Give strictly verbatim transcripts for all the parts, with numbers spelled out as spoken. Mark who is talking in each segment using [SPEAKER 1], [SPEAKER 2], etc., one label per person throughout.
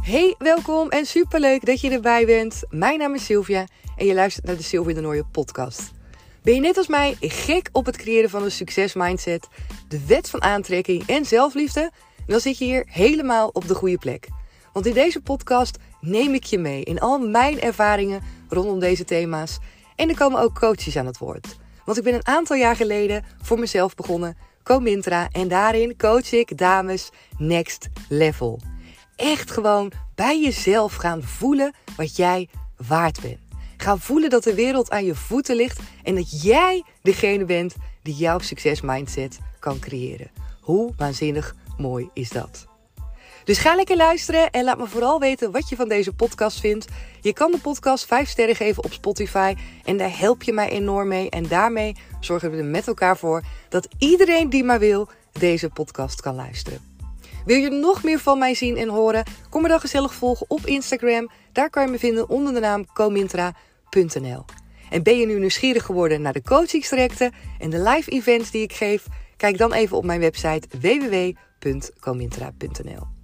[SPEAKER 1] Hey, welkom en superleuk dat je erbij bent. Mijn naam is Sylvia en je luistert naar de Sylvia de Nooijen podcast. Ben je net als mij gek op het creëren van een succesmindset, de wet van aantrekking en zelfliefde? Dan zit je hier helemaal op de goede plek. Want in deze podcast neem ik je mee in al mijn ervaringen rondom deze thema's. En er komen ook coaches aan het woord. Want ik ben een aantal jaar geleden voor mezelf begonnen, Comintra, en daarin coach ik dames next level. Echt gewoon bij jezelf gaan voelen wat jij waard bent. Gaan voelen dat de wereld aan je voeten ligt en dat jij degene bent die jouw succesmindset kan creëren. Hoe waanzinnig mooi is dat? Dus ga lekker luisteren en laat me vooral weten wat je van deze podcast vindt. Je kan de podcast vijf sterren geven op Spotify en daar help je mij enorm mee. En daarmee zorgen we er met elkaar voor dat iedereen die maar wil deze podcast kan luisteren. Wil je nog meer van mij zien en horen? Kom me dan gezellig volgen op Instagram. Daar kan je me vinden onder de naam comintra punt n l. En ben je nu nieuwsgierig geworden naar de coachingstrajecten en de live events die ik geef? Kijk dan even op mijn website w w w punt comintra punt n l.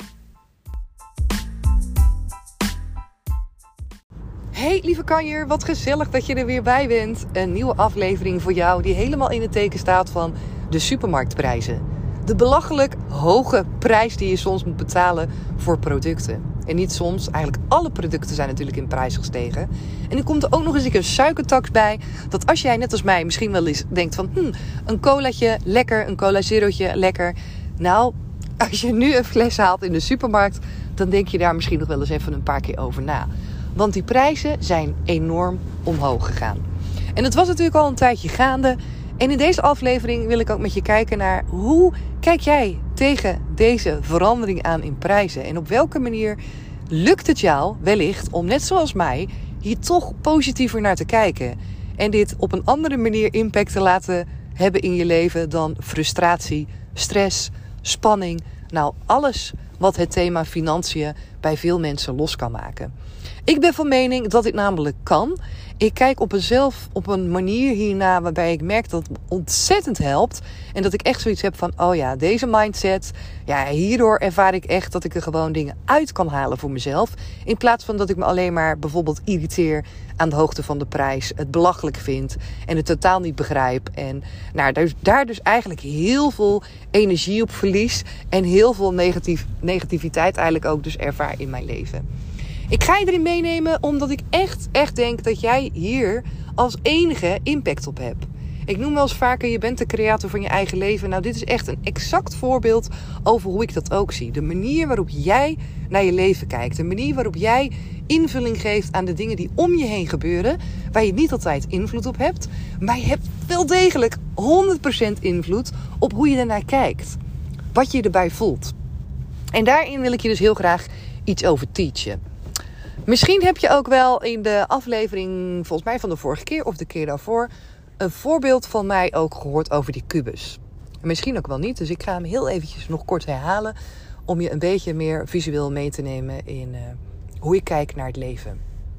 [SPEAKER 1] Hey lieve kanjer, wat gezellig dat je er weer bij bent. Een nieuwe aflevering voor jou die helemaal in het teken staat van de supermarktprijzen. De belachelijk hoge prijs die je soms moet betalen voor producten. En niet soms, eigenlijk alle producten zijn natuurlijk in prijs gestegen. En er komt er ook nog eens een suikertax bij. Dat als jij net als mij misschien wel eens denkt van... Hmm, een colaatje lekker, een cola zerootje lekker. Nou, als je nu een fles haalt in de supermarkt... dan denk je daar misschien nog wel eens even een paar keer over na. Want die prijzen zijn enorm omhoog gegaan. En het was natuurlijk al een tijdje gaande... En in deze aflevering wil ik ook met je kijken naar hoe kijk jij tegen deze verandering aan in prijzen? En op welke manier lukt het jou wellicht om net zoals mij hier toch positiever naar te kijken? En dit op een andere manier impact te laten hebben in je leven dan frustratie, stress, spanning. Nou, alles wat het thema financiën bij veel mensen los kan maken. Ik ben van mening dat dit namelijk kan. Ik kijk op mezelf op een manier hierna waarbij ik merk dat het ontzettend helpt. En dat ik echt zoiets heb van, oh ja, deze mindset. Ja, hierdoor ervaar ik echt dat ik er gewoon dingen uit kan halen voor mezelf. In plaats van dat ik me alleen maar bijvoorbeeld irriteer aan de hoogte van de prijs. Het belachelijk vind en het totaal niet begrijp. En nou, daar, daar dus eigenlijk heel veel energie op verlies. En heel veel negatief, negativiteit eigenlijk ook dus ervaar in mijn leven. Ik ga je erin meenemen omdat ik echt, echt denk dat jij hier als enige impact op hebt. Ik noem wel eens vaker, je bent de creator van je eigen leven. Nou, dit is echt een exact voorbeeld over hoe ik dat ook zie. De manier waarop jij naar je leven kijkt. De manier waarop jij invulling geeft aan de dingen die om je heen gebeuren. Waar je niet altijd invloed op hebt. Maar je hebt wel degelijk honderd procent invloed op hoe je ernaar kijkt. Wat je erbij voelt. En daarin wil ik je dus heel graag iets over teachen. Misschien heb je ook wel in de aflevering, volgens mij van de vorige keer of de keer daarvoor, een voorbeeld van mij ook gehoord over die kubus. Misschien ook wel niet, dus ik ga hem heel eventjes nog kort herhalen om je een beetje meer visueel mee te nemen in uh, hoe ik kijk naar het leven.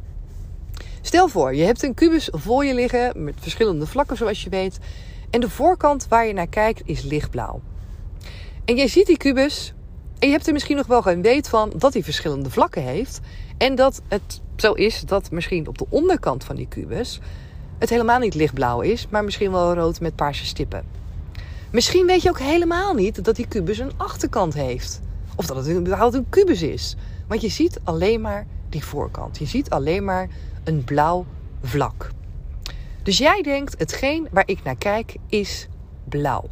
[SPEAKER 1] Stel voor, je hebt een kubus voor je liggen met verschillende vlakken zoals je weet. En de voorkant waar je naar kijkt is lichtblauw. En jij ziet die kubus en je hebt er misschien nog wel geen weet van dat hij verschillende vlakken heeft. En dat het zo is dat misschien op de onderkant van die kubus het helemaal niet lichtblauw is, maar misschien wel rood met paarse stippen. Misschien weet je ook helemaal niet dat die kubus een achterkant heeft. Of dat het überhaupt een kubus is. Want je ziet alleen maar die voorkant. Je ziet alleen maar een blauw vlak. Dus jij denkt, hetgeen waar ik naar kijk is blauw.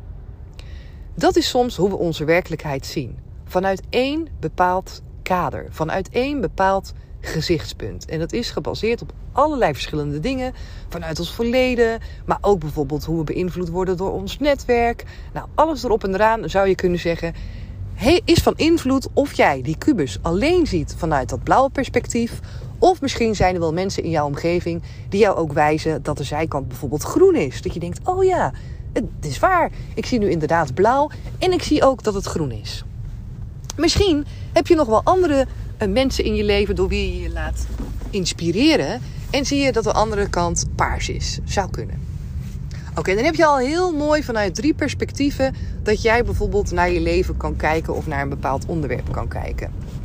[SPEAKER 1] Dat is soms hoe we onze werkelijkheid zien. Vanuit één bepaald kader. Vanuit één bepaald gezichtspunt. En dat is gebaseerd op allerlei verschillende dingen. Vanuit ons verleden. Maar ook bijvoorbeeld hoe we beïnvloed worden door ons netwerk. Nou, alles erop en eraan zou je kunnen zeggen. Hey, is van invloed of jij die kubus alleen ziet vanuit dat blauwe perspectief. Of misschien zijn er wel mensen in jouw omgeving die jou ook wijzen dat de zijkant bijvoorbeeld groen is. Dat je denkt, oh ja, het is waar. Ik zie nu inderdaad blauw en ik zie ook dat het groen is. Misschien heb je nog wel andere uh, mensen in je leven door wie je je laat inspireren. En zie je dat de andere kant paars is. Zou kunnen. Oké, okay, dan heb je al heel mooi vanuit drie perspectieven dat jij bijvoorbeeld naar je leven kan kijken of naar een bepaald onderwerp kan kijken.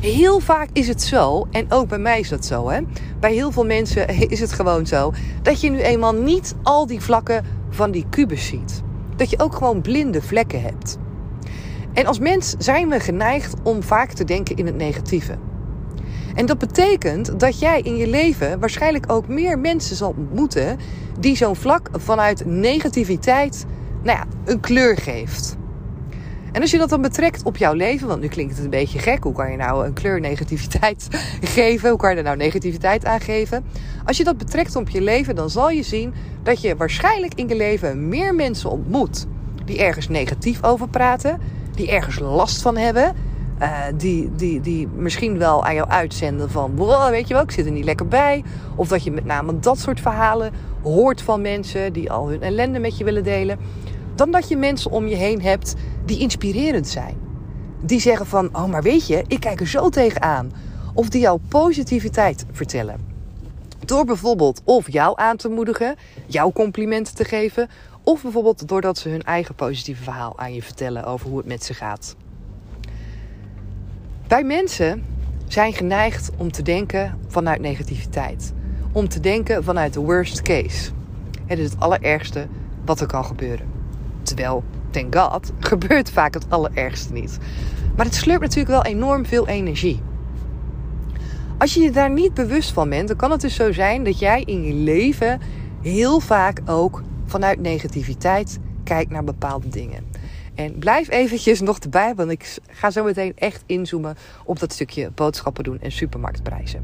[SPEAKER 1] Heel vaak is het zo, en ook bij mij is dat zo, hè. Bij heel veel mensen is het gewoon zo, dat je nu eenmaal niet al die vlakken van die kubus ziet. Dat je ook gewoon blinde vlekken hebt. En als mens zijn we geneigd om vaak te denken in het negatieve. En dat betekent dat jij in je leven waarschijnlijk ook meer mensen zal ontmoeten die zo'n vlak vanuit negativiteit, nou ja, een kleur geeft. En als je dat dan betrekt op jouw leven, want nu klinkt het een beetje gek, hoe kan je nou een kleur negativiteit geven? Hoe kan je er nou negativiteit aan geven? Als je dat betrekt op je leven, dan zal je zien dat je waarschijnlijk in je leven meer mensen ontmoet die ergens negatief over praten, die ergens last van hebben, uh, die, die, die misschien wel aan jou uitzenden van, wow, weet je wel, ik zit er niet lekker bij. Of dat je met name dat soort verhalen hoort van mensen die al hun ellende met je willen delen. Dan dat je mensen om je heen hebt die inspirerend zijn. Die zeggen van, oh maar weet je, ik kijk er zo tegenaan. Of die jou positiviteit vertellen. Door bijvoorbeeld of jou aan te moedigen, jouw complimenten te geven. Of bijvoorbeeld doordat ze hun eigen positieve verhaal aan je vertellen over hoe het met ze gaat. Wij mensen zijn geneigd om te denken vanuit negativiteit. Om te denken vanuit de worst case. Het is het allerergste wat er kan gebeuren. Terwijl, thank God, gebeurt vaak het allerergste niet. Maar het slurpt natuurlijk wel enorm veel energie. Als je je daar niet bewust van bent, dan kan het dus zo zijn dat jij in je leven heel vaak ook vanuit negativiteit kijkt naar bepaalde dingen. En blijf eventjes nog erbij, want ik ga zo meteen echt inzoomen op dat stukje boodschappen doen en supermarktprijzen.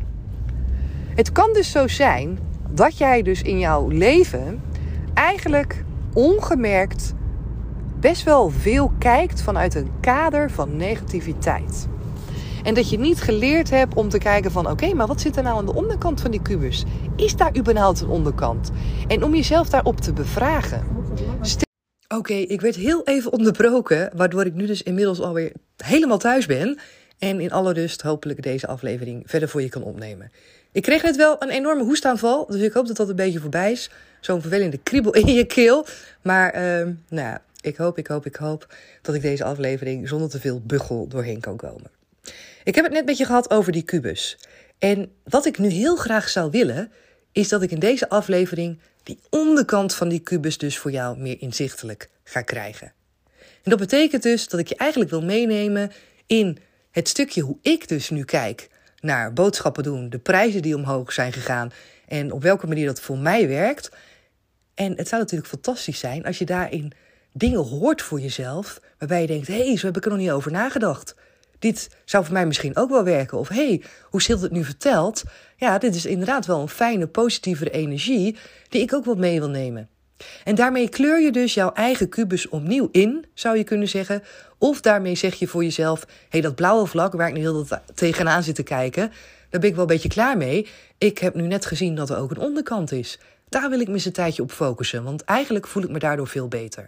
[SPEAKER 1] Het kan dus zo zijn dat jij dus in jouw leven eigenlijk ongemerkt best wel veel kijkt vanuit een kader van negativiteit. En dat je niet geleerd hebt om te kijken van, oké, okay, maar wat zit er nou aan de onderkant van die kubus? Is daar überhaupt een onderkant? En om jezelf daarop te bevragen. Stel... Oké, okay, ik werd heel even onderbroken, waardoor ik nu dus inmiddels alweer helemaal thuis ben. En in alle rust hopelijk deze aflevering verder voor je kan opnemen. Ik kreeg net wel een enorme hoestaanval, dus ik hoop dat dat een beetje voorbij is. Zo'n vervelende kriebel in je keel. Maar uh, nou ja, ik hoop, ik hoop, ik hoop dat ik deze aflevering zonder te veel buggel doorheen kan komen. Ik heb het net met je gehad over die kubus. En wat ik nu heel graag zou willen, is dat ik in deze aflevering die onderkant van die kubus dus voor jou meer inzichtelijk ga krijgen. En dat betekent dus dat ik je eigenlijk wil meenemen in het stukje hoe ik dus nu kijk naar boodschappen doen, de prijzen die omhoog zijn gegaan en op welke manier dat voor mij werkt. En het zou natuurlijk fantastisch zijn als je daarin dingen hoort voor jezelf, waarbij je denkt, hé, hey, zo heb ik er nog niet over nagedacht. Dit zou voor mij misschien ook wel werken. Of hé, hey, hoe Sil het nu vertelt, ja, dit is inderdaad wel een fijne, positievere energie die ik ook wel mee wil nemen. En daarmee kleur je dus jouw eigen kubus opnieuw in, zou je kunnen zeggen. Of daarmee zeg je voor jezelf, hé, hey, dat blauwe vlak waar ik nu heel dat tegenaan zit te kijken, daar ben ik wel een beetje klaar mee. Ik heb nu net gezien dat er ook een onderkant is. Daar wil ik me eens een tijdje op focussen, want eigenlijk voel ik me daardoor veel beter.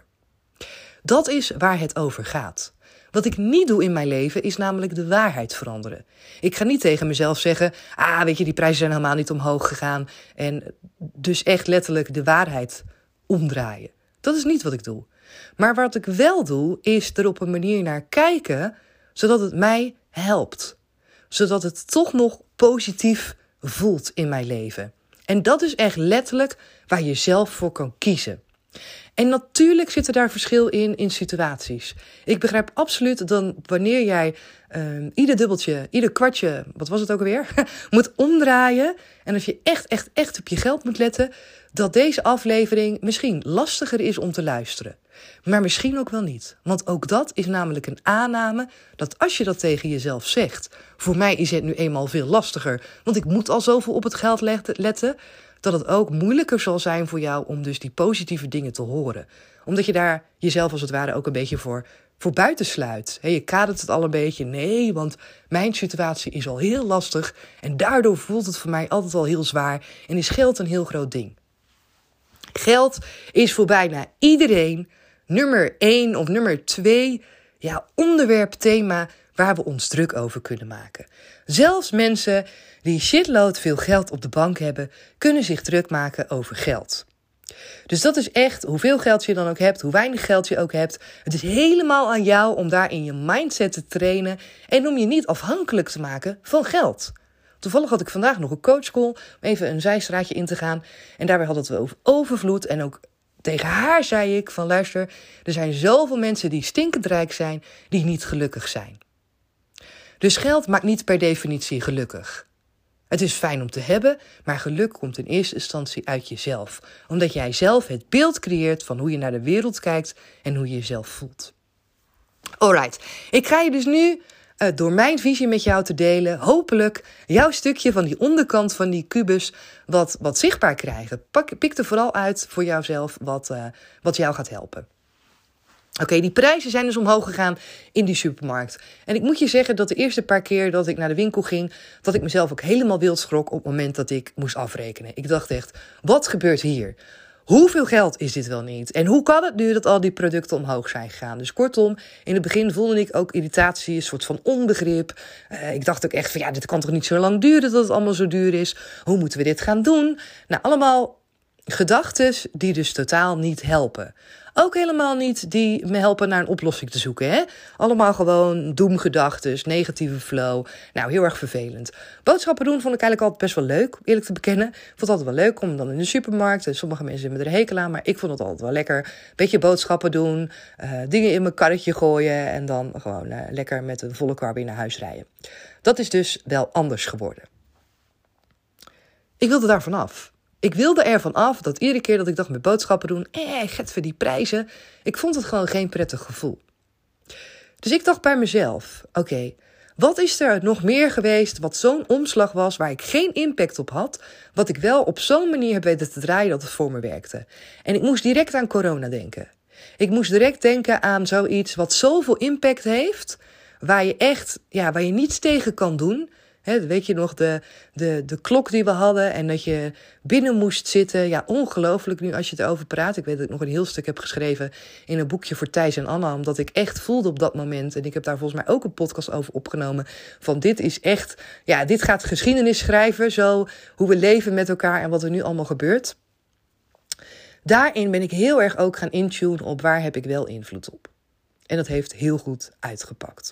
[SPEAKER 1] Dat is waar het over gaat. Wat ik niet doe in mijn leven is namelijk de waarheid veranderen. Ik ga niet tegen mezelf zeggen, ah, weet je, die prijzen zijn helemaal niet omhoog gegaan. En dus echt letterlijk de waarheid omdraaien. Dat is niet wat ik doe. Maar wat ik wel doe, is er op een manier naar kijken, zodat het mij helpt. Zodat het toch nog positief voelt in mijn leven. En dat is echt letterlijk waar je zelf voor kan kiezen. En natuurlijk zit er daar verschil in, in situaties. Ik begrijp absoluut dat wanneer jij uh, ieder dubbeltje, ieder kwartje, wat was het ook alweer, moet omdraaien. En als je echt, echt, echt op je geld moet letten, dat deze aflevering misschien lastiger is om te luisteren. Maar misschien ook wel niet. Want ook dat is namelijk een aanname dat als je dat tegen jezelf zegt, voor mij is het nu eenmaal veel lastiger, want ik moet al zoveel op het geld letten, dat het ook moeilijker zal zijn voor jou om dus die positieve dingen te horen. Omdat je daar jezelf als het ware ook een beetje voor, voor buiten sluit. He, je kadert het al een beetje. Nee, want mijn situatie is al heel lastig en daardoor voelt het voor mij altijd al heel zwaar en is geld een heel groot ding. Geld is voor bijna iedereen nummer één of nummer twee ja, onderwerp, thema waar we ons druk over kunnen maken. Zelfs mensen die shitload veel geld op de bank hebben, kunnen zich druk maken over geld. Dus dat is echt, hoeveel geld je dan ook hebt, hoe weinig geld je ook hebt. Het is helemaal aan jou om daar in je mindset te trainen en om je niet afhankelijk te maken van geld. Toevallig had ik vandaag nog een coachcall om even een zijstraatje in te gaan. En daarbij hadden we over overvloed. En ook tegen haar zei ik van luister, er zijn zoveel mensen die stinkend rijk zijn, die niet gelukkig zijn. Dus geld maakt niet per definitie gelukkig. Het is fijn om te hebben, maar geluk komt in eerste instantie uit jezelf. Omdat jij zelf het beeld creëert van hoe je naar de wereld kijkt en hoe je jezelf voelt. Alright, ik ga je dus nu uh, door mijn visie met jou te delen, hopelijk jouw stukje van die onderkant van die kubus wat, wat zichtbaar krijgen. Pak, pik er vooral uit voor jouzelf wat, uh, wat jou gaat helpen. Oké, okay, die prijzen zijn dus omhoog gegaan in die supermarkt. En ik moet je zeggen dat de eerste paar keer dat ik naar de winkel ging, dat ik mezelf ook helemaal wild schrok op het moment dat ik moest afrekenen. Ik dacht echt, wat gebeurt hier? Hoeveel geld is dit wel niet? En hoe kan het nu dat al die producten omhoog zijn gegaan? Dus kortom, in het begin voelde ik ook irritatie, een soort van onbegrip. Uh, ik dacht ook echt van ja, dit kan toch niet zo lang duren dat het allemaal zo duur is? Hoe moeten we dit gaan doen? Nou, allemaal gedachtes die dus totaal niet helpen. Ook helemaal niet die me helpen naar een oplossing te zoeken. Hè? Allemaal gewoon doemgedachtes, negatieve flow. Nou, heel erg vervelend. Boodschappen doen vond ik eigenlijk altijd best wel leuk, eerlijk te bekennen. Ik vond het altijd wel leuk om dan in de supermarkt. En sommige mensen hebben er een hekel aan, maar ik vond het altijd wel lekker. Een beetje boodschappen doen, uh, dingen in mijn karretje gooien en dan gewoon uh, lekker met een volle kar weer naar huis rijden. Dat is dus wel anders geworden. Ik wilde daar vanaf. Ik wilde ervan af dat iedere keer dat ik dacht met boodschappen doen, eh, get voor die prijzen. Ik vond het gewoon geen prettig gevoel. Dus ik dacht bij mezelf, oké, okay, wat is er nog meer geweest wat zo'n omslag was waar ik geen impact op had, wat ik wel op zo'n manier heb weten te draaien dat het voor me werkte. En ik moest direct aan corona denken. Ik moest direct denken aan zoiets wat zoveel impact heeft, waar je echt, ja, waar je niets tegen kan doen. He, weet je nog, de, de, de klok die we hadden en dat je binnen moest zitten. Ja, ongelooflijk nu als je het erover praat. Ik weet dat ik nog een heel stuk heb geschreven in een boekje voor Thijs en Anna. Omdat ik echt voelde op dat moment. En ik heb daar volgens mij ook een podcast over opgenomen. Van dit is echt, ja, dit gaat geschiedenis schrijven. Zo hoe we leven met elkaar en wat er nu allemaal gebeurt. Daarin ben ik heel erg ook gaan intunen op waar heb ik wel invloed op. En dat heeft heel goed uitgepakt.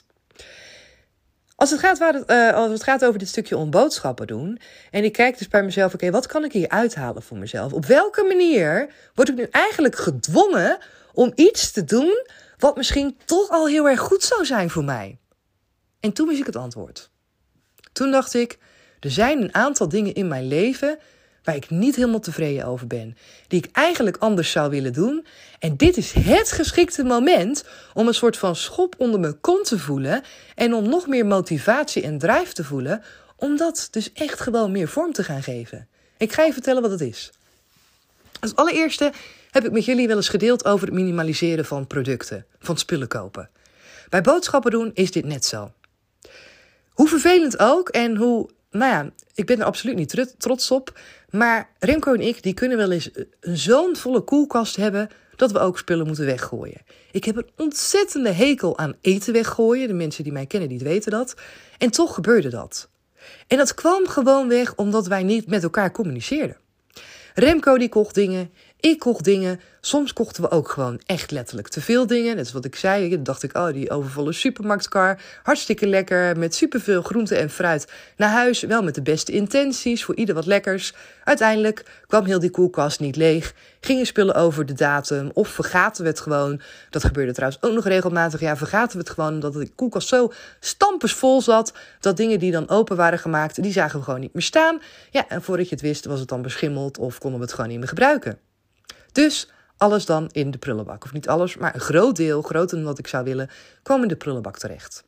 [SPEAKER 1] Als het, gaat waar het, uh, als het gaat over dit stukje om boodschappen doen. En ik kijk dus bij mezelf, oké, okay, wat kan ik hier uithalen voor mezelf? Op welke manier word ik nu eigenlijk gedwongen om iets te doen wat misschien toch al heel erg goed zou zijn voor mij? En toen wist ik het antwoord. Toen dacht ik, er zijn een aantal dingen in mijn leven waar ik niet helemaal tevreden over ben. Die ik eigenlijk anders zou willen doen. En dit is het geschikte moment om een soort van schop onder mijn kont te voelen. En om nog meer motivatie en drive te voelen. Om dat dus echt gewoon meer vorm te gaan geven. Ik ga je vertellen wat het is. Als allereerste heb ik met jullie wel eens gedeeld over het minimaliseren van producten. Van spullen kopen. Bij boodschappen doen is dit net zo. Hoe vervelend ook en hoe... Nou ja, ik ben er absoluut niet trots op. Maar Remco en ik die kunnen wel eens zo'n volle koelkast hebben dat we ook spullen moeten weggooien. Ik heb een ontzettende hekel aan eten weggooien. De mensen die mij kennen, die weten dat. En toch gebeurde dat. En dat kwam gewoon weg omdat wij niet met elkaar communiceerden. Remco die kocht dingen, ik kocht dingen. Soms kochten we ook gewoon echt letterlijk te veel dingen. Dat is wat ik zei. Dan dacht ik, oh, die overvolle supermarktkar. Hartstikke lekker, met superveel groente en fruit naar huis. Wel met de beste intenties, voor ieder wat lekkers. Uiteindelijk kwam heel die koelkast niet leeg. Gingen spullen over de datum of vergaten we het gewoon. Dat gebeurde trouwens ook nog regelmatig. Ja, vergaten we het gewoon omdat de koelkast zo stampensvol zat. Dat dingen die dan open waren gemaakt, die zagen we gewoon niet meer staan. Ja, en voordat je het wist was het dan beschimmeld of konden we het gewoon niet meer gebruiken. Dus alles dan in de prullenbak. Of niet alles, maar een groot deel, groter dan wat ik zou willen, kwam in de prullenbak terecht.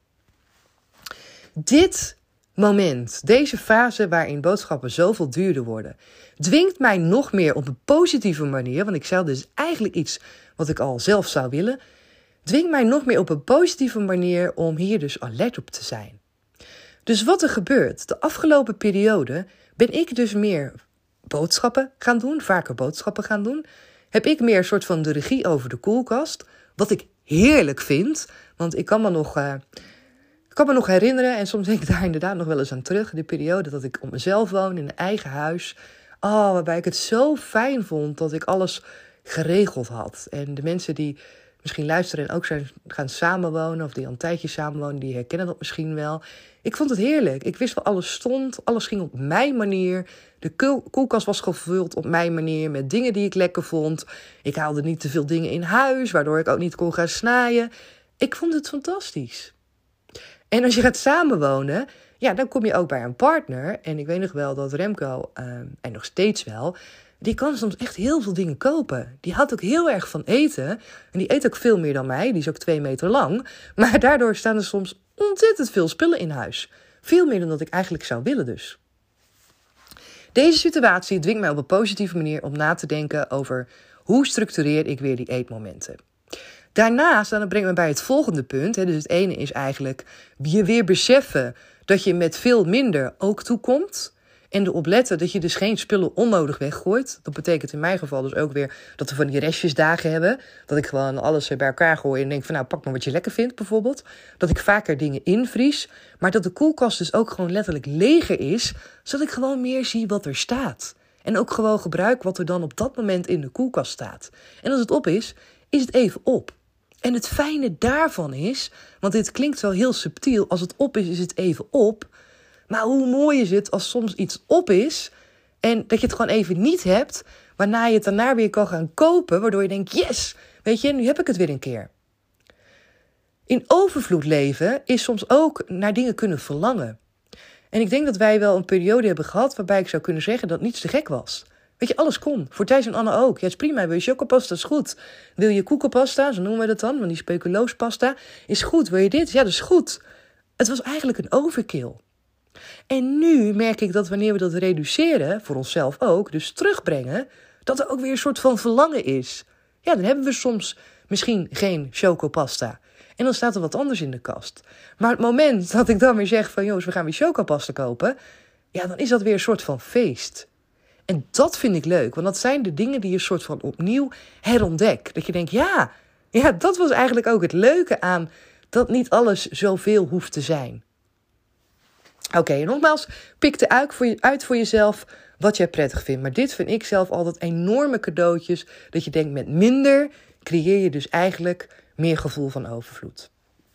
[SPEAKER 1] Dit moment, deze fase waarin boodschappen zoveel duurder worden, dwingt mij nog meer op een positieve manier, want ik zei dus eigenlijk iets wat ik al zelf zou willen, dwingt mij nog meer op een positieve manier om hier dus alert op te zijn. Dus wat er gebeurt, de afgelopen periode ben ik dus meer boodschappen gaan doen, vaker boodschappen gaan doen. Heb ik meer een soort van de regie over de koelkast. Wat ik heerlijk vind. Want ik kan me nog, uh, ik kan me nog herinneren, en soms denk ik daar inderdaad nog wel eens aan terug. De periode dat ik op mezelf woon in een eigen huis. Oh, waarbij ik het zo fijn vond dat ik alles geregeld had. En de mensen die misschien luisteren en ook zijn gaan samenwonen, of die al een tijdje samenwonen, die herkennen dat misschien wel. Ik vond het heerlijk. Ik wist waar alles stond. Alles ging op mijn manier. De koel- koelkast was gevuld op mijn manier met dingen die ik lekker vond. Ik haalde niet te veel dingen in huis, waardoor ik ook niet kon gaan snijden. Ik vond het fantastisch. En als je gaat samenwonen, ja, dan kom je ook bij een partner. En ik weet nog wel dat Remco, uh, en nog steeds wel, die kan soms echt heel veel dingen kopen. Die houdt ook heel erg van eten. En die eet ook veel meer dan mij. Die is ook twee meter lang. Maar daardoor staan er soms ontzettend veel spullen in huis. Veel meer dan dat ik eigenlijk zou willen dus. Deze situatie dwingt mij op een positieve manier om na te denken over hoe structureer ik weer die eetmomenten. Daarnaast, en dat brengt me bij het volgende punt. Hè, dus het ene is eigenlijk je weer beseffen dat je met veel minder ook toekomt. En erop letten dat je dus geen spullen onnodig weggooit. Dat betekent in mijn geval dus ook weer dat we van die restjesdagen hebben. Dat ik gewoon alles bij elkaar gooi en denk van nou, pak maar wat je lekker vindt bijvoorbeeld. Dat ik vaker dingen invries. Maar dat de koelkast dus ook gewoon letterlijk leger is. Zodat ik gewoon meer zie wat er staat. En ook gewoon gebruik wat er dan op dat moment in de koelkast staat. En als het op is, is het even op. En het fijne daarvan is, want dit klinkt wel heel subtiel. Als het op is, is het even op. Maar hoe mooi is het als soms iets op is en dat je het gewoon even niet hebt, waarna je het daarna weer kan gaan kopen, waardoor je denkt, yes, weet je, nu heb ik het weer een keer. In overvloed leven is soms ook naar dingen kunnen verlangen. En ik denk dat wij wel een periode hebben gehad waarbij ik zou kunnen zeggen dat niets te gek was. Weet je, alles kon. Voor Thijs en Anne ook. Ja, het is prima. Wil je chocopasta, is goed. Wil je koekenpasta, zo noemen we dat dan, want die speculoospasta, is goed. Wil je dit? Ja, dat is goed. Het was eigenlijk een overkill. En nu merk ik dat wanneer we dat reduceren, voor onszelf ook, dus terugbrengen, dat er ook weer een soort van verlangen is. Ja, dan hebben we soms misschien geen chocopasta. En dan staat er wat anders in de kast. Maar het moment dat ik dan weer zeg van, jongens, we gaan weer chocopasta kopen, ja, dan is dat weer een soort van feest. En dat vind ik leuk, want dat zijn de dingen die je soort van opnieuw herontdekt. Dat je denkt, ja, ja, dat was eigenlijk ook het leuke aan dat niet alles zoveel hoeft te zijn. Oké, okay, en nogmaals, pik er uit voor, je, uit voor jezelf wat jij prettig vindt. Maar dit vind ik zelf altijd enorme cadeautjes. Dat je denkt, met minder creëer je dus eigenlijk meer gevoel van overvloed.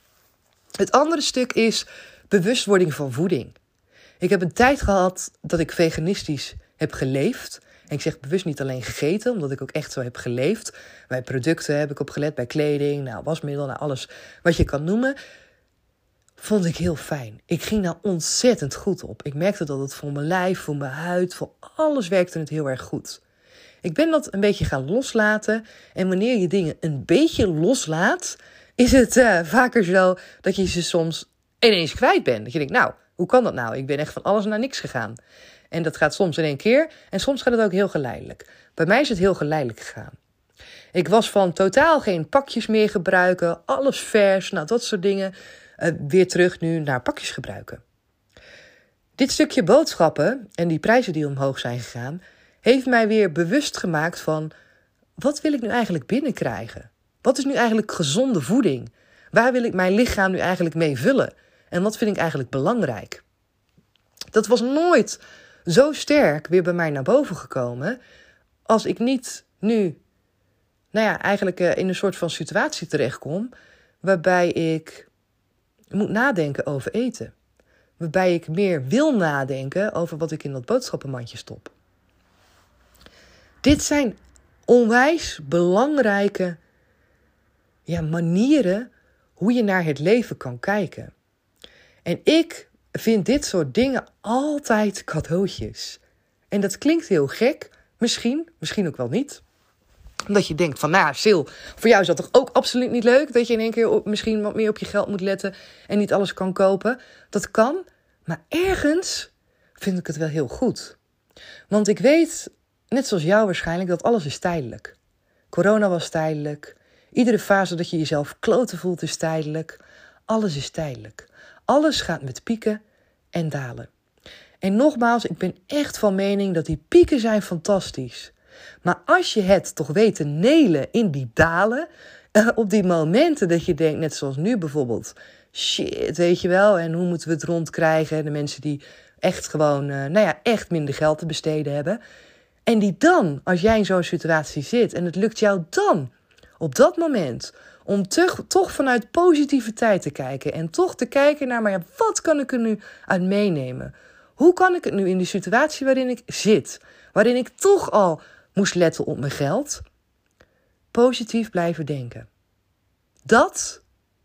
[SPEAKER 1] Het andere stuk is bewustwording van voeding. Ik heb een tijd gehad dat ik veganistisch heb geleefd. En ik zeg bewust niet alleen gegeten, omdat ik ook echt zo heb geleefd. Bij producten heb ik op gelet, bij kleding, nou, wasmiddel, nou, alles wat je kan noemen. Vond ik heel fijn. Ik ging daar ontzettend goed op. Ik merkte dat het voor mijn lijf, voor mijn huid, voor alles werkte het heel erg goed. Ik ben dat een beetje gaan loslaten. En wanneer je dingen een beetje loslaat, is het uh, vaker zo dat je ze soms ineens kwijt bent. Dat je denkt, nou, hoe kan dat nou? Ik ben echt van alles naar niks gegaan. En dat gaat soms in één keer en soms gaat het ook heel geleidelijk. Bij mij is het heel geleidelijk gegaan. Ik was van totaal geen pakjes meer gebruiken, alles vers, nou dat soort dingen. Uh, weer terug nu naar pakjes gebruiken. Dit stukje boodschappen en die prijzen die omhoog zijn gegaan, heeft mij weer bewust gemaakt van, wat wil ik nu eigenlijk binnenkrijgen? Wat is nu eigenlijk gezonde voeding? Waar wil ik mijn lichaam nu eigenlijk mee vullen? En wat vind ik eigenlijk belangrijk? Dat was nooit zo sterk weer bij mij naar boven gekomen, als ik niet nu, nou ja, eigenlijk uh, in een soort van situatie terechtkom, waarbij ik moet nadenken over eten. Waarbij ik meer wil nadenken over wat ik in dat boodschappenmandje stop. Dit zijn onwijs belangrijke ja, manieren hoe je naar het leven kan kijken. En ik vind dit soort dingen altijd cadeautjes. En dat klinkt heel gek, misschien, misschien ook wel niet. Omdat je denkt van, nou Sil, voor jou is dat toch ook absoluut niet leuk? Dat je in één keer op, misschien wat meer op je geld moet letten en niet alles kan kopen. Dat kan, maar ergens vind ik het wel heel goed. Want ik weet, net zoals jou waarschijnlijk, dat alles is tijdelijk. Corona was tijdelijk. Iedere fase dat je jezelf kloten voelt is tijdelijk. Alles is tijdelijk. Alles gaat met pieken en dalen. En nogmaals, ik ben echt van mening dat die pieken zijn fantastisch. Maar als je het toch weet te nelen in die dalen, uh, op die momenten dat je denkt, net zoals nu bijvoorbeeld, shit, weet je wel, en hoe moeten we het rondkrijgen? De mensen die echt gewoon, uh, nou ja, echt minder geld te besteden hebben. En die dan, als jij in zo'n situatie zit en het lukt jou dan, op dat moment, om te, toch vanuit positiviteit te kijken en toch te kijken naar, maar ja, wat kan ik er nu uit meenemen? Hoe kan ik het nu in de situatie waarin ik zit, waarin ik toch al moest letten op mijn geld, positief blijven denken? Dat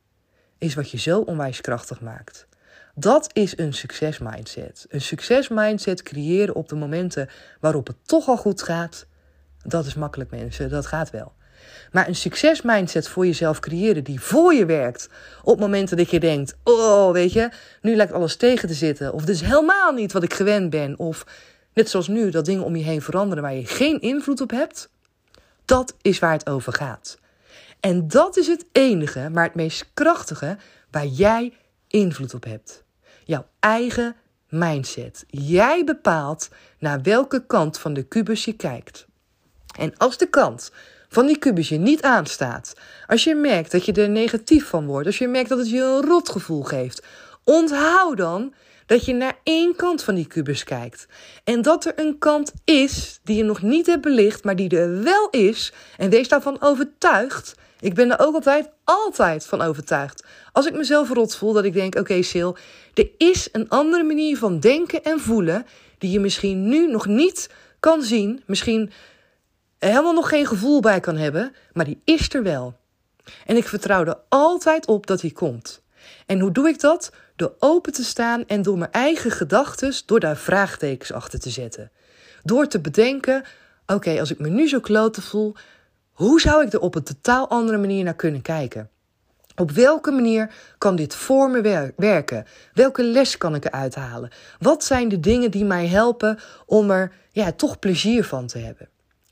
[SPEAKER 1] is wat je zo onwijs krachtig maakt. Dat is een succesmindset. Een succesmindset creëren op de momenten waarop het toch al goed gaat. Dat is makkelijk, mensen. Dat gaat wel. Maar een succesmindset voor jezelf creëren die voor je werkt. Op momenten dat je denkt, oh, weet je, nu lijkt alles tegen te zitten. Of dit is helemaal niet wat ik gewend ben. Of net zoals nu, dat dingen om je heen veranderen waar je geen invloed op hebt. Dat is waar het over gaat. En dat is het enige, maar het meest krachtige, waar jij invloed op hebt. Jouw eigen mindset. Jij bepaalt naar welke kant van de kubus je kijkt. En als de kant van die kubus je niet aanstaat, als je merkt dat je er negatief van wordt, als je merkt dat het je een rotgevoel geeft, onthoud dan dat je naar één kant van die kubus kijkt. En dat er een kant is die je nog niet hebt belicht, maar die er wel is. En wees daarvan overtuigd. Ik ben er ook altijd, altijd van overtuigd. Als ik mezelf rot voel, dat ik denk, oké okay, Sil, er is een andere manier van denken en voelen die je misschien nu nog niet kan zien. Misschien helemaal nog geen gevoel bij kan hebben, maar die is er wel. En ik vertrouw er altijd op dat die komt. En hoe doe ik dat? Door open te staan en door mijn eigen gedachten, door daar vraagtekens achter te zetten. Door te bedenken, oké, okay, als ik me nu zo kloten voel, hoe zou ik er op een totaal andere manier naar kunnen kijken? Op welke manier kan dit voor me werken? Welke les kan ik eruit halen? Wat zijn de dingen die mij helpen om er ja, toch plezier van te hebben?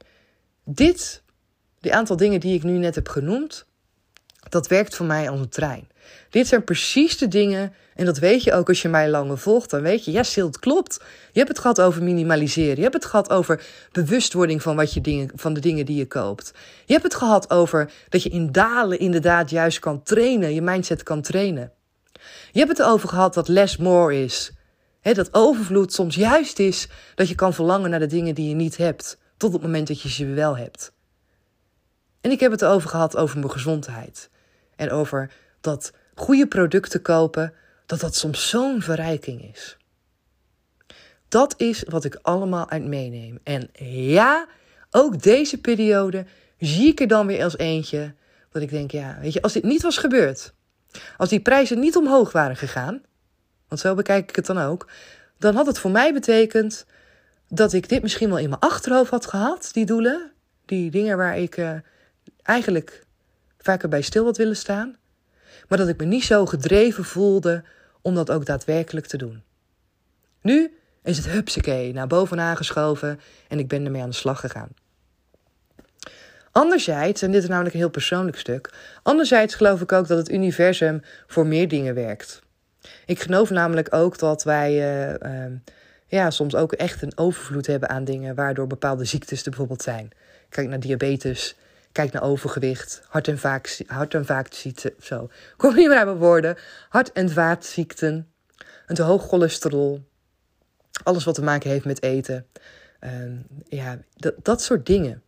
[SPEAKER 1] Dit, die aantal dingen die ik nu net heb genoemd, dat werkt voor mij als een trein. Dit zijn precies de dingen, en dat weet je ook als je mij langer volgt, dan weet je, ja Sil, het klopt. Je hebt het gehad over minimaliseren. Je hebt het gehad over bewustwording van, wat je dingen, van de dingen die je koopt. Je hebt het gehad over dat je in dalen inderdaad juist kan trainen, je mindset kan trainen. Je hebt het erover gehad dat less more is. He, dat overvloed soms juist is dat je kan verlangen naar de dingen die je niet hebt, tot het moment dat je ze wel hebt. En ik heb het erover gehad over mijn gezondheid. En over dat goede producten kopen, dat dat soms zo'n verrijking is. Dat is wat ik allemaal uit meeneem. En ja, ook deze periode zie ik er dan weer als eentje dat ik denk, ja, weet je, als dit niet was gebeurd, als die prijzen niet omhoog waren gegaan, want zo bekijk ik het dan ook, dan had het voor mij betekend dat ik dit misschien wel in mijn achterhoofd had gehad, die doelen, die dingen waar ik uh, eigenlijk vaker bij stil had willen staan, maar dat ik me niet zo gedreven voelde om dat ook daadwerkelijk te doen. Nu is het hupsakee naar bovenaan geschoven en ik ben ermee aan de slag gegaan. Anderzijds, en dit is namelijk een heel persoonlijk stuk, anderzijds geloof ik ook dat het universum voor meer dingen werkt. Ik geloof namelijk ook dat wij uh, uh, ja, soms ook echt een overvloed hebben aan dingen waardoor bepaalde ziektes er bijvoorbeeld zijn. Kijk naar diabetes, kijk naar overgewicht, hart- en vaak, hart- en vaatziekten, zo, kom niet meer uit mijn woorden, hart- en vaatziekten, een te hoog cholesterol, alles wat te maken heeft met eten, uh, ja, dat, dat soort dingen.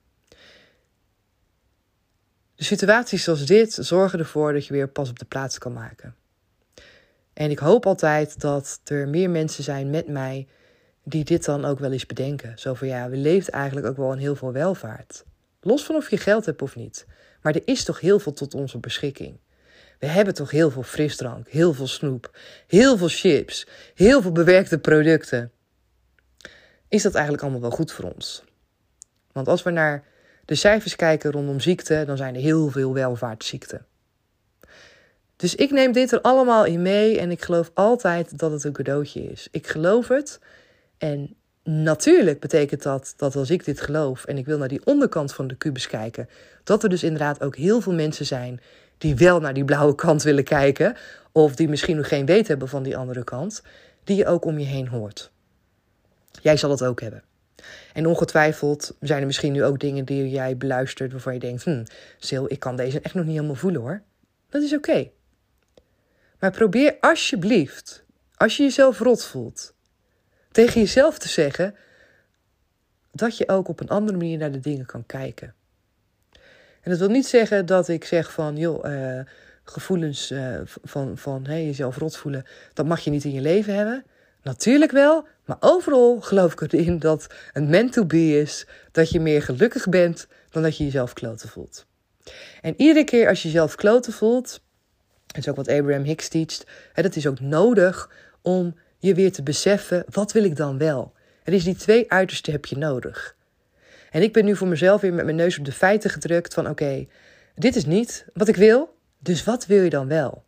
[SPEAKER 1] De situaties zoals dit zorgen ervoor dat je weer pas op de plaats kan maken. En ik hoop altijd dat er meer mensen zijn met mij die dit dan ook wel eens bedenken. Zo van ja, we leven eigenlijk ook wel in heel veel welvaart. Los van of je geld hebt of niet. Maar er is toch heel veel tot onze beschikking. We hebben toch heel veel frisdrank, heel veel snoep, heel veel chips, heel veel bewerkte producten. Is dat eigenlijk allemaal wel goed voor ons? Want als we naar de cijfers kijken rondom ziekte, dan zijn er heel veel welvaartsziekten. Dus ik neem dit er allemaal in mee en ik geloof altijd dat het een cadeautje is. Ik geloof het en natuurlijk betekent dat dat als ik dit geloof en ik wil naar die onderkant van de kubus kijken, dat er dus inderdaad ook heel veel mensen zijn die wel naar die blauwe kant willen kijken of die misschien nog geen weet hebben van die andere kant, die je ook om je heen hoort. Jij zal het ook hebben. En ongetwijfeld zijn er misschien nu ook dingen die jij beluistert waarvan je denkt, hm, Sil, ik kan deze echt nog niet helemaal voelen hoor. Dat is oké. Okay. Maar probeer alsjeblieft, als je jezelf rot voelt, tegen jezelf te zeggen dat je ook op een andere manier naar de dingen kan kijken. En dat wil niet zeggen dat ik zeg van, joh, uh, gevoelens uh, van, van hey, jezelf rot voelen, dat mag je niet in je leven hebben. Natuurlijk wel, maar overal geloof ik erin dat een meant to be is, dat je meer gelukkig bent dan dat je jezelf kloten voelt. En iedere keer als je jezelf kloten voelt, dat is ook wat Abraham Hicks teacht, hè, dat is ook nodig om je weer te beseffen, wat wil ik dan wel? Er is die twee uitersten heb je nodig. En ik ben nu voor mezelf weer met mijn neus op de feiten gedrukt van oké, okay, dit is niet wat ik wil, dus wat wil je dan wel?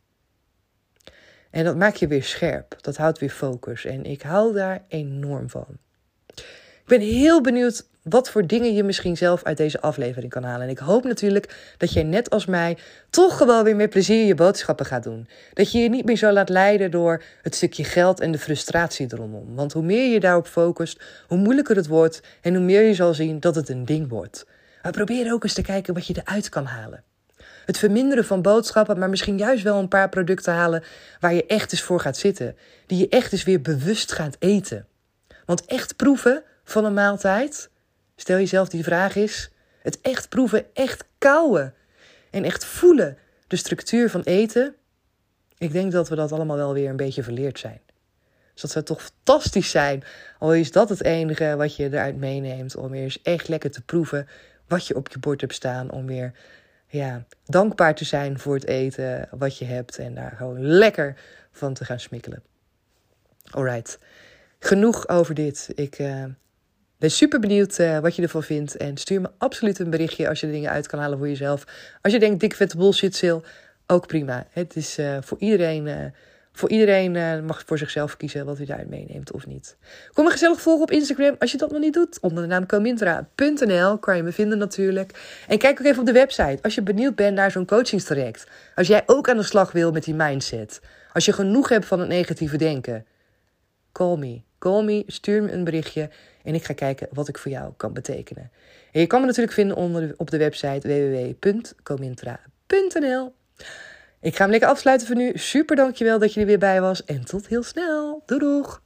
[SPEAKER 1] En dat maakt je weer scherp, dat houdt weer focus en ik hou daar enorm van. Ik ben heel benieuwd wat voor dingen je misschien zelf uit deze aflevering kan halen. En ik hoop natuurlijk dat jij net als mij toch gewoon weer met plezier je boodschappen gaat doen. Dat je je niet meer zo laat leiden door het stukje geld en de frustratie eromom. Want hoe meer je daarop focust, hoe moeilijker het wordt en hoe meer je zal zien dat het een ding wordt. Maar probeer ook eens te kijken wat je eruit kan halen. Het verminderen van boodschappen, maar misschien juist wel een paar producten halen waar je echt eens voor gaat zitten. Die je echt eens weer bewust gaat eten. Want echt proeven van een maaltijd, stel jezelf die vraag eens, het echt proeven, echt kauwen en echt voelen de structuur van eten. Ik denk dat we dat allemaal wel weer een beetje verleerd zijn. Dus dat zou toch fantastisch zijn, al is dat het enige wat je eruit meeneemt, om weer eens echt lekker te proeven wat je op je bord hebt staan, om weer ja, dankbaar te zijn voor het eten wat je hebt en daar gewoon lekker van te gaan smikkelen. Alright, genoeg over dit. Ik uh, ben super benieuwd uh, wat je ervan vindt en stuur me absoluut een berichtje als je de dingen uit kan halen voor jezelf. Als je denkt, dikke vette bullshit, Sil, ook prima. Het is uh, voor iedereen... Uh, Voor iedereen uh, mag voor zichzelf kiezen wat hij daarin meeneemt of niet. Kom me gezellig volgen op Instagram als je dat nog niet doet. Onder de naam comintra punt n l kan je me vinden natuurlijk. En kijk ook even op de website als je benieuwd bent naar zo'n coachingstraject. Als jij ook aan de slag wil met die mindset. Als je genoeg hebt van het negatieve denken. Call me. Call me, stuur me een berichtje en ik ga kijken wat ik voor jou kan betekenen. En je kan me natuurlijk vinden onder de, op de website w w w punt comintra punt n l. Ik ga hem lekker afsluiten voor nu. Super dankjewel dat je er weer bij was. En tot heel snel. Doei doeg.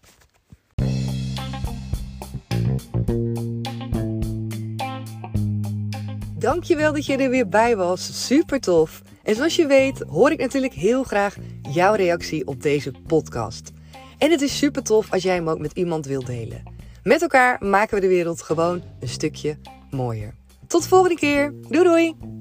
[SPEAKER 1] Dankjewel dat je er weer bij was. Super tof. En zoals je weet hoor ik natuurlijk heel graag jouw reactie op deze podcast. En het is super tof als jij hem ook met iemand wilt delen. Met elkaar maken we de wereld gewoon een stukje mooier. Tot de volgende keer. Doei doei.